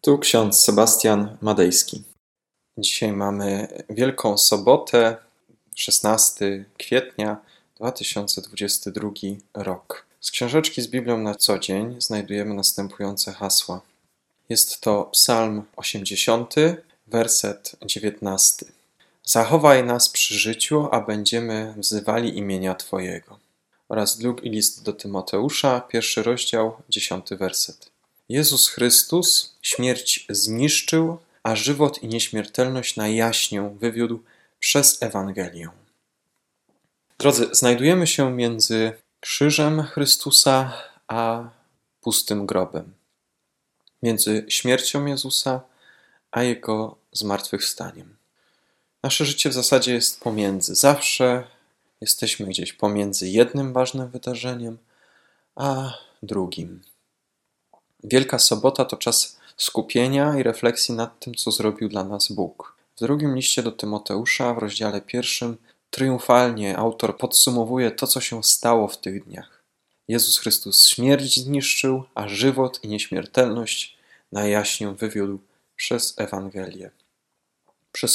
Tu ksiądz Sebastian Madejski. Dzisiaj mamy Wielką Sobotę, 16 kwietnia 2022 rok. Z książeczki z Biblią na co dzień znajdujemy następujące hasła. Jest to Psalm 80, werset 19. Zachowaj nas przy życiu, a będziemy wzywali imienia Twojego. Oraz drugi list do Tymoteusza, 1 rozdział, 10 werset. Jezus Chrystus śmierć zniszczył, a żywot i nieśmiertelność na jaśnię wywiódł przez Ewangelię. Drodzy, znajdujemy się między krzyżem Chrystusa a pustym grobem. Między śmiercią Jezusa a Jego zmartwychwstaniem. Nasze życie w zasadzie jest pomiędzy. Zawsze jesteśmy gdzieś pomiędzy jednym ważnym wydarzeniem a drugim. Wielka Sobota to czas skupienia i refleksji nad tym, co zrobił dla nas Bóg. W drugim liście do Tymoteusza, w rozdziale 1, triumfalnie autor podsumowuje to, co się stało w tych dniach. Jezus Chrystus śmierć zniszczył, a żywot i nieśmiertelność na jaśnię wywiódł przez Ewangelię. Przez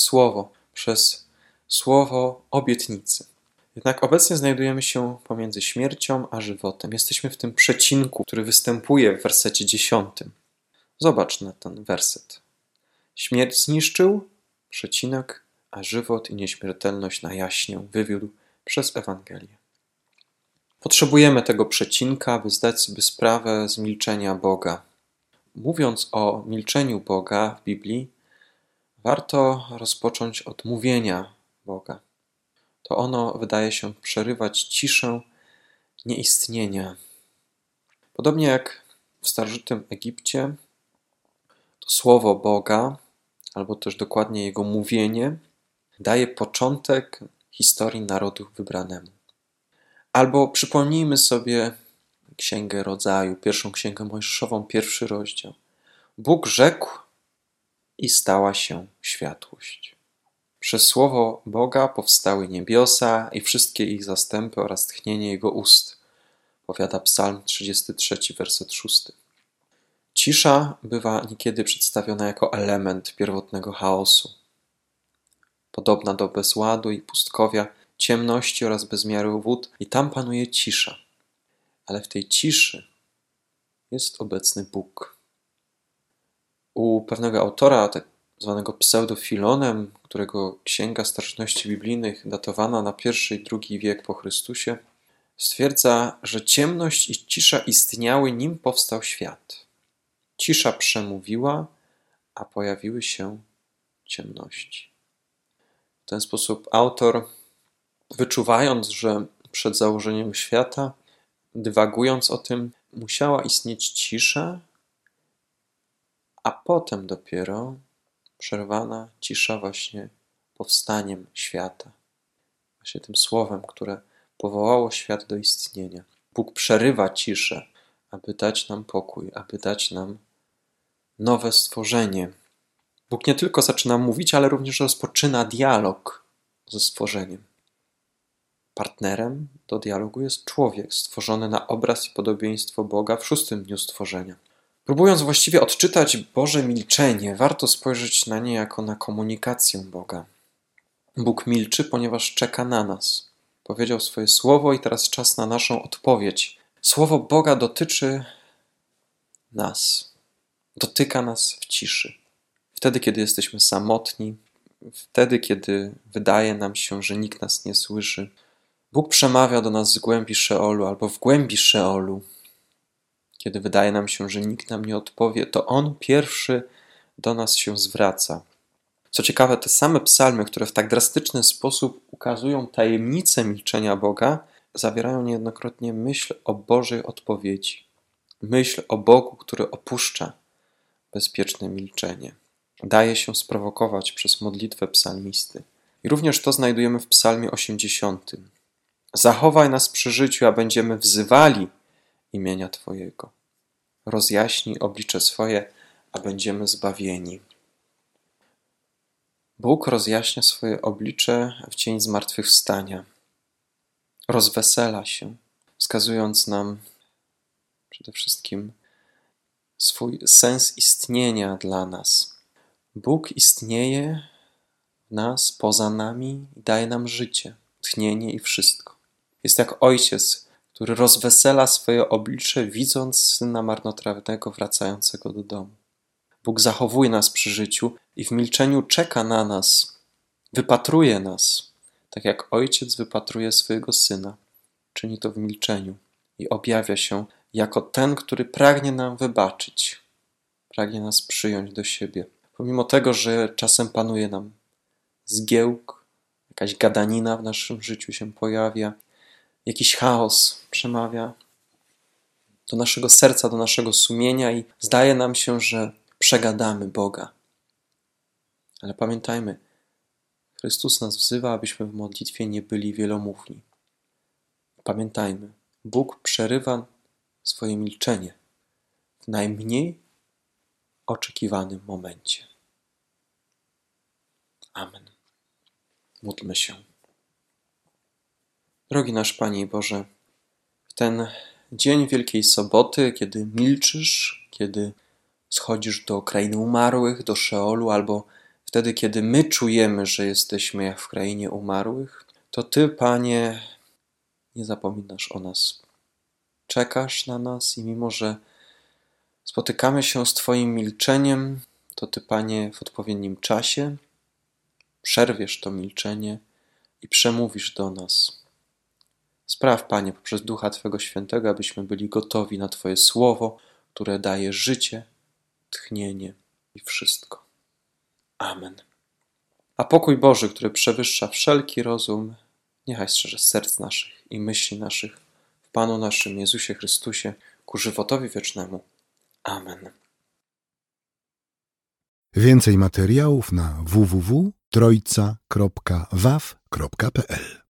słowo obietnicy. Jednak obecnie znajdujemy się pomiędzy śmiercią a żywotem. Jesteśmy w tym przecinku, który występuje w wersecie 10. Zobacz na ten werset. Śmierć zniszczył, przecinek, a żywot i nieśmiertelność na jaśnię wywiódł przez Ewangelię. Potrzebujemy tego przecinka, by zdać sobie sprawę z milczenia Boga. Mówiąc o milczeniu Boga w Biblii, warto rozpocząć od mówienia Boga. To ono wydaje się przerywać ciszę nieistnienia. Podobnie jak w starożytnym Egipcie, to słowo Boga, albo też dokładnie Jego mówienie, daje początek historii narodu wybranemu. Albo przypomnijmy sobie Księgę Rodzaju, pierwszą Księgę Mojżeszową, 1 rozdział. Bóg rzekł i stała się światłość. Przez słowo Boga powstały niebiosa i wszystkie ich zastępy oraz tchnienie Jego ust. Powiada Psalm 33, werset 6. Cisza bywa niekiedy przedstawiona jako element pierwotnego chaosu. Podobna do bezładu i pustkowia, ciemności oraz bezmiaru wód i tam panuje cisza. Ale w tej ciszy jest obecny Bóg. U pewnego autora, zwanego pseudofilonem, którego księga starożytności biblijnych datowana na I i II wiek po Chrystusie, stwierdza, że ciemność i cisza istniały, nim powstał świat. Cisza przemówiła, a pojawiły się ciemności. W ten sposób autor, wyczuwając, że przed założeniem świata, dywagując o tym, musiała istnieć cisza, a potem dopiero przerwana cisza właśnie powstaniem świata. Właśnie tym słowem, które powołało świat do istnienia. Bóg przerywa ciszę, aby dać nam pokój, aby dać nam nowe stworzenie. Bóg nie tylko zaczyna mówić, ale również rozpoczyna dialog ze stworzeniem. Partnerem do dialogu jest człowiek, stworzony na obraz i podobieństwo Boga w 6. dniu stworzenia. Próbując właściwie odczytać Boże milczenie, warto spojrzeć na nie jako na komunikację Boga. Bóg milczy, ponieważ czeka na nas. Powiedział swoje słowo i teraz czas na naszą odpowiedź. Słowo Boga dotyczy nas. Dotyka nas w ciszy. Wtedy, kiedy jesteśmy samotni, wtedy, kiedy wydaje nam się, że nikt nas nie słyszy. Bóg przemawia do nas z głębi Szeolu albo w głębi Szeolu. Kiedy wydaje nam się, że nikt nam nie odpowie, to On pierwszy do nas się zwraca. Co ciekawe, te same psalmy, które w tak drastyczny sposób ukazują tajemnicę milczenia Boga, zawierają niejednokrotnie myśl o Bożej odpowiedzi. Myśl o Bogu, który opuszcza bezpieczne milczenie. Daje się sprowokować przez modlitwę psalmisty. I również to znajdujemy w psalmie 80. Zachowaj nas przy życiu, a będziemy wzywali imienia Twojego. Rozjaśnij oblicze swoje, a będziemy zbawieni. Bóg rozjaśnia swoje oblicze w dzień zmartwychwstania. Rozwesela się, wskazując nam przede wszystkim swój sens istnienia dla nas. Bóg istnieje w nas, poza nami i daje nam życie, tchnienie i wszystko. Jest jak ojciec, który rozwesela swoje oblicze, widząc syna marnotrawnego wracającego do domu. Bóg zachowuje nas przy życiu i w milczeniu czeka na nas, wypatruje nas, tak jak ojciec wypatruje swojego syna. Czyni to w milczeniu i objawia się jako ten, który pragnie nam wybaczyć, pragnie nas przyjąć do siebie. Pomimo tego, że czasem panuje nam zgiełk, jakaś gadanina w naszym życiu się pojawia, jakiś chaos przemawia do naszego serca, do naszego sumienia i zdaje nam się, że przegadamy Boga. Ale pamiętajmy, Chrystus nas wzywa, abyśmy w modlitwie nie byli wielomówni. Pamiętajmy, Bóg przerywa swoje milczenie w najmniej oczekiwanym momencie. Amen. Módlmy się. Drogi nasz Panie Boże, w ten dzień Wielkiej Soboty, kiedy milczysz, kiedy schodzisz do krainy umarłych, do Szeolu, albo wtedy, kiedy my czujemy, że jesteśmy jak w krainie umarłych, to Ty, Panie, nie zapominasz o nas. Czekasz na nas i mimo, że spotykamy się z Twoim milczeniem, to Ty, Panie, w odpowiednim czasie przerwiesz to milczenie i przemówisz do nas. Spraw, Panie, poprzez Ducha Twego Świętego, abyśmy byli gotowi na Twoje słowo, które daje życie, tchnienie i wszystko. Amen. A pokój Boży, który przewyższa wszelki rozum, niechaj strzeże serc naszych i myśli naszych w Panu naszym Jezusie Chrystusie ku żywotowi wiecznemu. Amen. Więcej materiałów na www.trojca.waw.pl